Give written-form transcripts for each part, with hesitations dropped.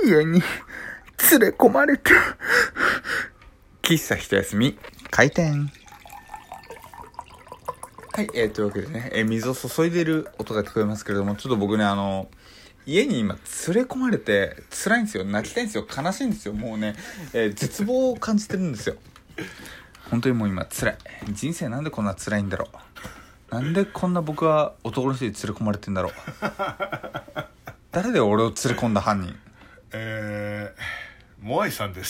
家に連れ込まれて喫茶一休み開店。はい、というわけでね、水を注いでる音が聞こえますけれども、ちょっと僕ね、家に今連れ込まれて辛いんですよ。泣きたいんですよ。悲しいんですよ。もうね、絶望を感じてるんですよ。本当にもう今辛い。人生なんでこんな辛いんだろう。なんでこんな僕は男の人に連れ込まれてんだろう。誰で俺を連れ込んだ犯人。 モアイさんです。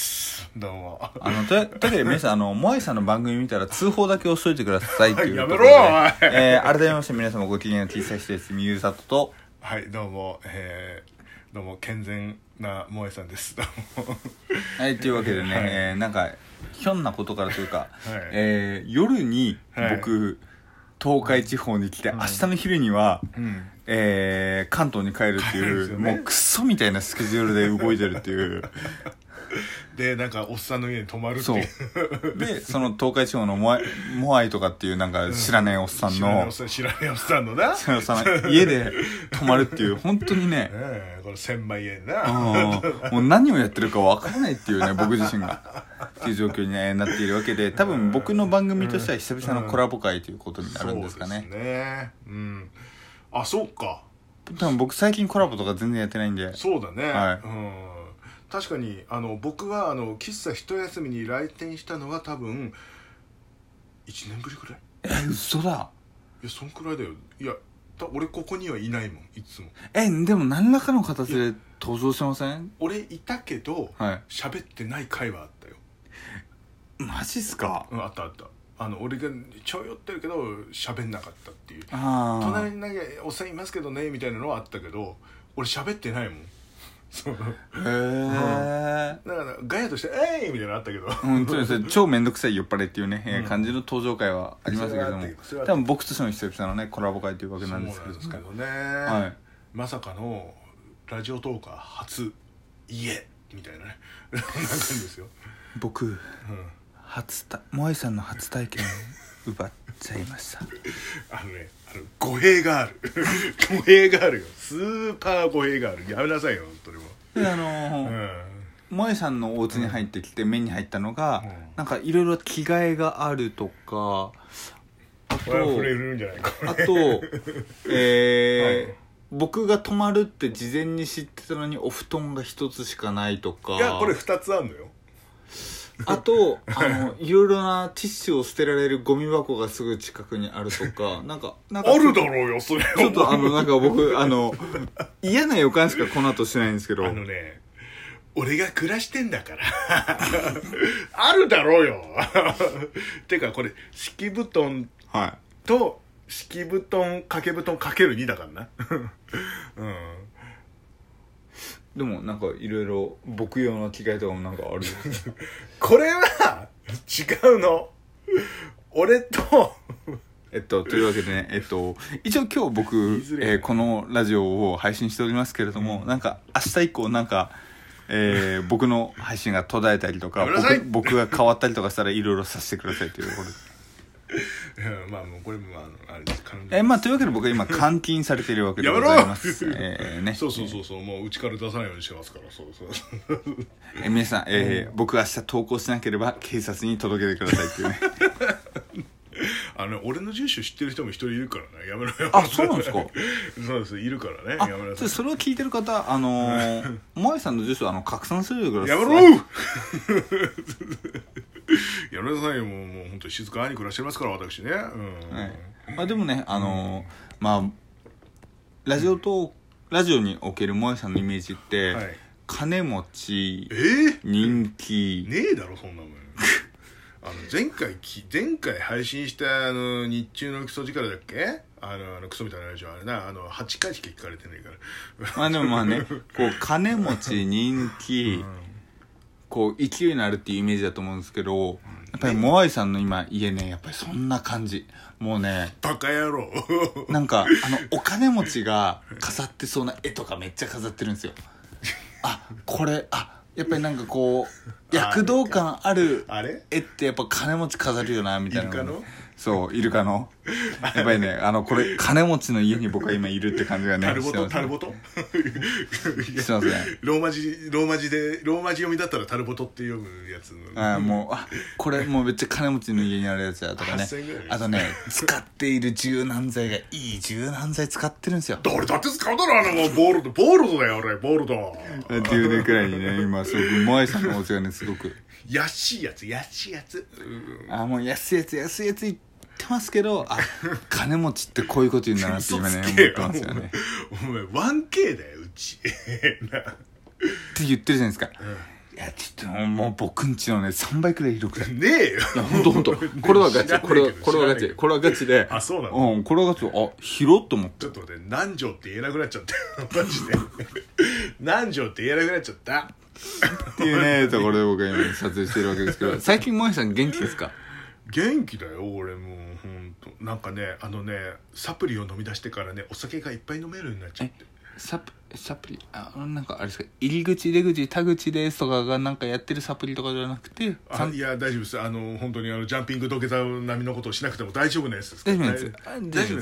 どうも。 というわけで皆さん、モアイさんの番組見たら通報だけ押しといてくださいっていうやめところろで、改めまして皆様ご機嫌の小さい人です。みゆうさとと、 はい、どうも、健全なモアイさんです。どうも。 はい、というわけでね、なんかひょんなことからというか、 はい夜に僕、東海地方に来て、明日の昼には、関東に帰るっていう、もうクソみたいなスケジュールで動いてるっていうで、なんかおっさんの家に泊まるっていう。 そうで、その東海地方のモアイとかっていうなんか知らないおっさんの、 知らないおっさんのな、 その家で泊まるっていう、本当にね、 これ1000万円な、 もう何をやってるか分からないっていうね、僕自身がっていう状況に、なっているわけで、多分僕の番組としては久々のコラボ会ということになるんですかね。 そうですね。あ、そうか。 多分僕最近コラボとか全然やってないんで。 そうだね。 はい。 確かに僕は喫茶一休みに来店したのは多分1年ぶりくらい。 嘘だ。 いや、そんくらいだよ。いや、俺ここにはいないもん、いつも。 でも何らかの形で登場してません？ 俺いたけど、 はい、 喋ってない回はあったよ。 マジっすか？ あったあった。俺がちょい寄ってるけど喋んなかったっていう。 隣におっさんいますけどねみたいなのはあったけど、俺喋ってないもん。そう。へえ。 だからガヤとして「えい!」みたいなのあったけど、 そうですね。超めんどくさい酔っ払いっていうね、感じの登場会はありましたけれども、多分僕としての久々のねコラボ会というわけなんですけどね。 そうなんですけどね、 はい、 まさかのラジオトーカー初家みたいなねなんかですよ。 僕、モアイさんの初体験を奪っちゃいました。 語弊がある語弊があるよ。スーパー語弊がある。やめなさいよ本当にもう。 でモアイさんのお家に入ってきて目に入ったのが、なんかいろいろ着替えがあるとか、あと僕が泊まるって事前に知ってたのにお布団が一つしかないとか。 いや、これ2つあんのよ。 あといろいろなティッシュを捨てられるゴミ箱がすぐ近くにあるとか、なんかあるだろうよそれ。 ちょっとなんか僕嫌な予感しかこの後しないんですけど、 俺が暮らしてんだからあるだろうよてかこれ敷布団と敷布団掛け布団かける2だからなでもなんかいろいろ僕用の着替えとかもなんかあるこれは違うの。俺とというわけでね、一応今日僕、このラジオを配信しておりますけれども、なんか明日以降なんか、僕の配信が途絶えたりとか、僕が変わったりとかしたらいろいろさせてくださいということでまあもうこれもあれです。 というわけで僕は今監禁されているわけでございますね。そうもううちから出さないようにしてますから。そう皆さん、僕が明日投稿しなければ警察に届けてくださいっていうね俺の住所知ってる人も一人いるからね。やめろよ。 あ、そうなんですか。 そうです、いるからね。やめなさい。 それを聞いてる方、モアイさんの住所拡散するでください。 やめろやめなさいよ。もう本当に静かに暮らしてますから私ね。 でもね、ラジオにおける萌えさんのイメージって、金持ち、人気ねえだろそんなもん前回配信した日中のクソ力だっけ、クソみたいなラジオあれな、8回しか聞かれてないからでもねこう金持ち人気、こう勢いのあるっていうイメージだと思うんですけど、やっぱりモアイさんの今家ね、やっぱりそんな感じ。もうね、 バカ野郎なんかお金持ちが飾ってそうな絵とかめっちゃ飾ってるんですよ。これやっぱりなんかこう躍動感ある絵ってやっぱ金持ち飾るよなみたいな。 そうイルカのやっぱりねこれ金持ちの家に僕は今いるって感じがねタルボトタルボトしてますね。 ローマ字読みだったらタルボトって読むやつもうこれもうめっちゃ金持ちの家にあるやつだとかね。あとね使っている柔軟剤がいい柔軟剤使ってるんですよ。 誰だって使うだろもうボールドだよ俺ボールドっていうねくらいにね今すごくモアイさんのお家がねすごく安いやつもう安いやつ言ってますけど金持ちってこういうこと言うんだなって今ね思ってますよね。 お前 1K だようちって言ってるじゃないですか、いやちょっともう僕んちのね3倍くらい広くてねえよ。 いやほんとこれはガチこれはガチであそうなの、 これはガチ広っと思ってちょっと待って何畳って言えなくなっちゃったマジで何畳って言えなくなっちゃったっていうねところで僕は今撮影してるわけですけど最近萌さん元気ですか？ 元気だよ俺もうほんとなんかねサプリを飲み出してからねお酒がいっぱい飲めるようになっちゃって。 サプリなんかあれですか入り口出口田口ですとかがなんかやってるサプリとかじゃなくていや大丈夫です本当にジャンピング土下座並みのことをしなくても大丈夫なやつです大丈夫です、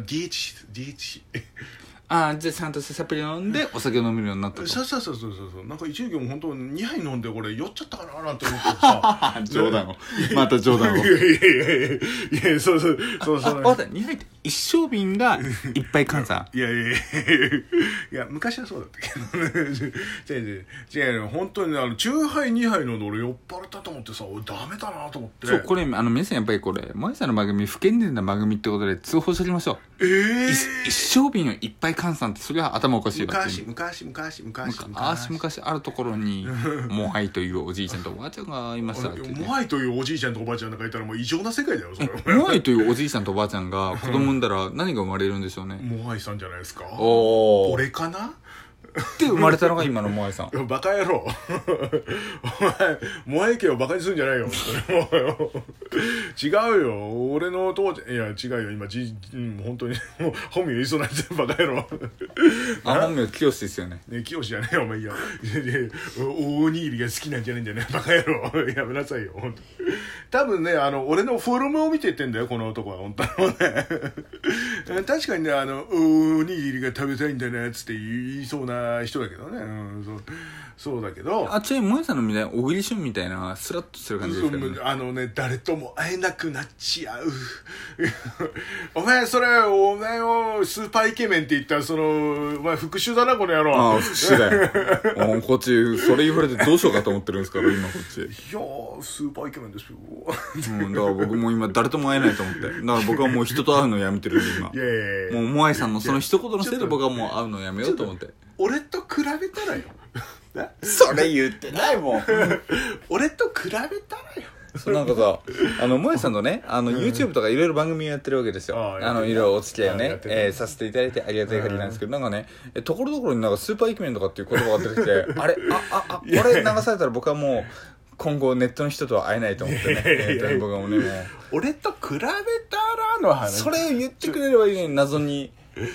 DHC じゃあちゃんとしたサプリ飲んでお酒を飲めるようになったと。 そうなんか一時期も本当2杯飲んで俺酔っちゃったかななんて思ってさ冗談をまた冗談をいやそう分かった2杯って一升瓶がいっぱい換算いや昔はそうだったけど違う本当にチューハイ2杯飲んで俺酔っ払ったと思ってさ俺ダメだなと思ってそうこれ皆さんやっぱりこれ萌さんの番組不健全な番組ってことで通報しておきましょう。一升瓶をいっぱい換算ってそれは頭おかしいわって昔あるところにモハイというおじいちゃんとおばあちゃんがいましたって、ね、 モハイというおじいちゃんとおばあちゃんなんかいたらもう異常な世界だよそれモハイというおじいちゃんとおばあちゃんが子供産んだら何が生まれるんでしょうね。 モハイさんじゃないですか。 俺かなって生まれたのが今のモアイさん。 バカ野郎お前モアイ家をバカにするんじゃないよ違うよ俺の父ちゃんいや違うよ今本当に本名言いそうなんですよバカ野郎本名清ですよね。 清じゃねえよお前いや大にぎりが好きなんじゃないんだよねバカ野郎やめなさいよ本当多分ね俺のフォルムを見てってんだよこの男は本当のね確かにねおにぎりが食べたいんだなっつって言いそうな人だけどね、そうだけどちなみに萌さんのみたいな小栗旬みたいなスラッとする感じですけどね誰とも会えなくなっちゃうお前をスーパーイケメンって言ったらお前復讐だなこの野郎。 復讐だよこっちそれ言われてどうしようかと思ってるんですから今こっち。いやスーパーイケメンですよだから僕も今誰とも会えないと思ってだから僕はもう人と会うのやめてるんで今もう萌さんのその一言のせいで僕はもう会うのやめようと思って。 俺と比べたらよそれ言ってないもん俺と比べたらよなんかさ萌さんのねYouTube とかいろいろ番組やってるわけですよ。いろいろお付き合いをねさせていただいてありがたい限りなんですけどなんかねところどころになんかスーパーイケメンとかっていう言葉が出てきてこれ流されたら僕はもう今後ネットの人とは会えないと思ってね僕はもうね俺と比べたらの話それを言ってくれればいいのに謎に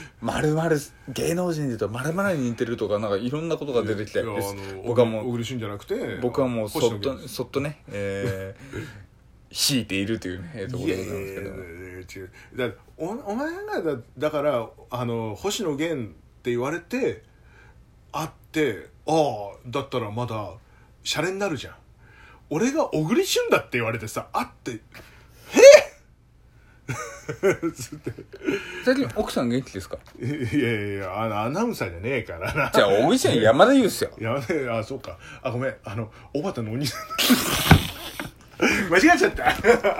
〇〇芸能人で言うと〇〇に似てるとかなんかいろんなことが出てきて僕はもう小栗旬じゃなくて僕はもうそっとね引いているというねところでございますけどお前がだから星野源って言われて会ってだったらまだシャレになるじゃん。俺が小栗旬だって言われてさ会って最近奥さん元気ですか？ いやアナウンサーじゃねえからな。 じゃあ小栗旬山田優っすよ。 そうかごめんおばたのお兄さん間違えちゃった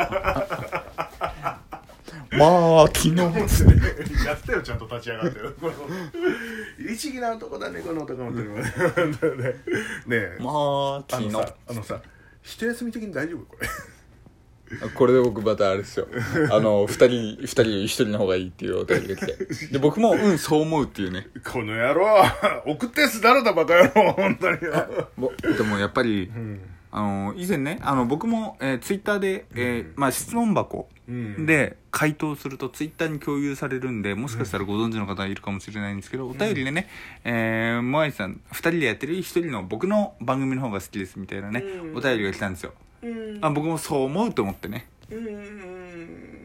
昨日やったよちゃんと立ち上がって律儀な男だねこの男のねえ昨日さ一休み的に大丈夫これで僕またあれですよ2人1人の方がいいっていうお便りが来てで僕もそう思うっていうねこの野郎送ったやつ誰だバカ野郎本当にでもやっぱり、以前ね僕も、ツイッターで、質問箱で回答するとツイッターに共有されるんでもしかしたらご存知の方いるかもしれないんですけど、お便りでねモアイさん2人でやってる1人の僕の番組の方が好きですみたいなね、お便りが来たんですよ。僕もそう思うと思ってね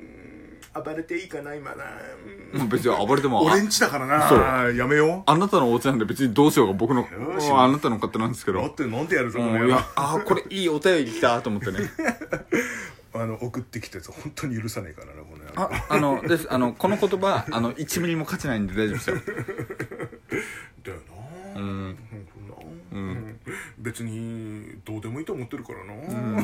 暴れていいかな今な。 もう別に暴れても俺んちだからな。 そうやめよう。 あなたのお家なんで別にどうしようが僕のあなたの勝手なんですけど。 だって飲んでやるぞこれ。 いやこれいいお便り来たと思ってね。 送ってきたやつ本当に許さねえからなこのですこの言葉1ミリも価値ないんで大丈夫ですよ。 だよな。別にどうでもいいと思ってるからな。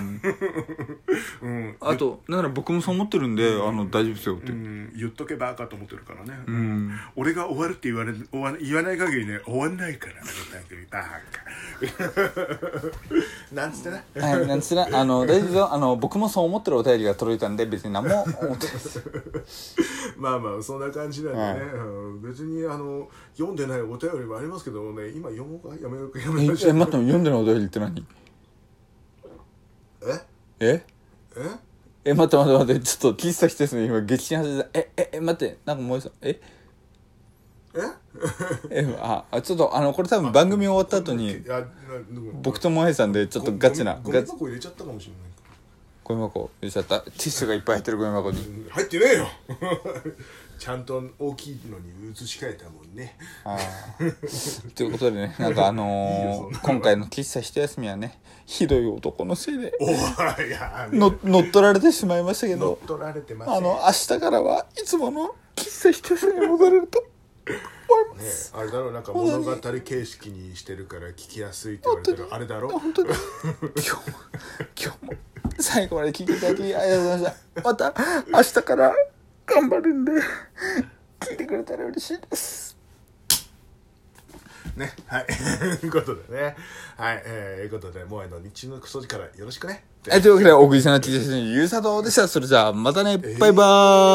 あとなんなら僕もそう思ってるんで大丈夫ですよって言っとけばバカと思ってるからね。俺が終わるって言わない限りね終わんないからバカ。なんつってな。 はいなんつってな大丈夫ですよ。僕もそう思ってるお便りが届いたんで別に何も思ってないです。 まあそんな感じなんでね。別に読んでないお便りもありますけどね。今読もうかやめようかやめましょう。 待って読んでないお便りって何？待ってちょっと喫茶来てですね今激震始めた。待ってなんかもう一度ちょっとこれ多分番組終わった後に僕と萌えさんでちょっとガチなゴミ箱入れちゃったかもしれない。 ゴミ箱入れちゃった。ティッシュがいっぱい入ってるゴミ箱に入ってねえよ。ちゃんと大きいのに移し替えたもんね。 ということでねなんか今回の喫茶一休みはねひどい男のせいで乗っ取られてしまいましたけど、 乗っ取られてません。 明日からはいつもの喫茶一休みに戻れると思います。 あれだろうなんか物語形式にしてるから聞きやすいって言われてるあれだろ。 本当に今日も最後まで聞いていただきありがとうございました。また明日から頑張るんで聞いてくれたら嬉しいですね。はいということでねいうことでもう日中のクソ力よろしくね。 というわけでお送りしたのは T シャツにゆうさとでした。それじゃあまたねバイバーイ。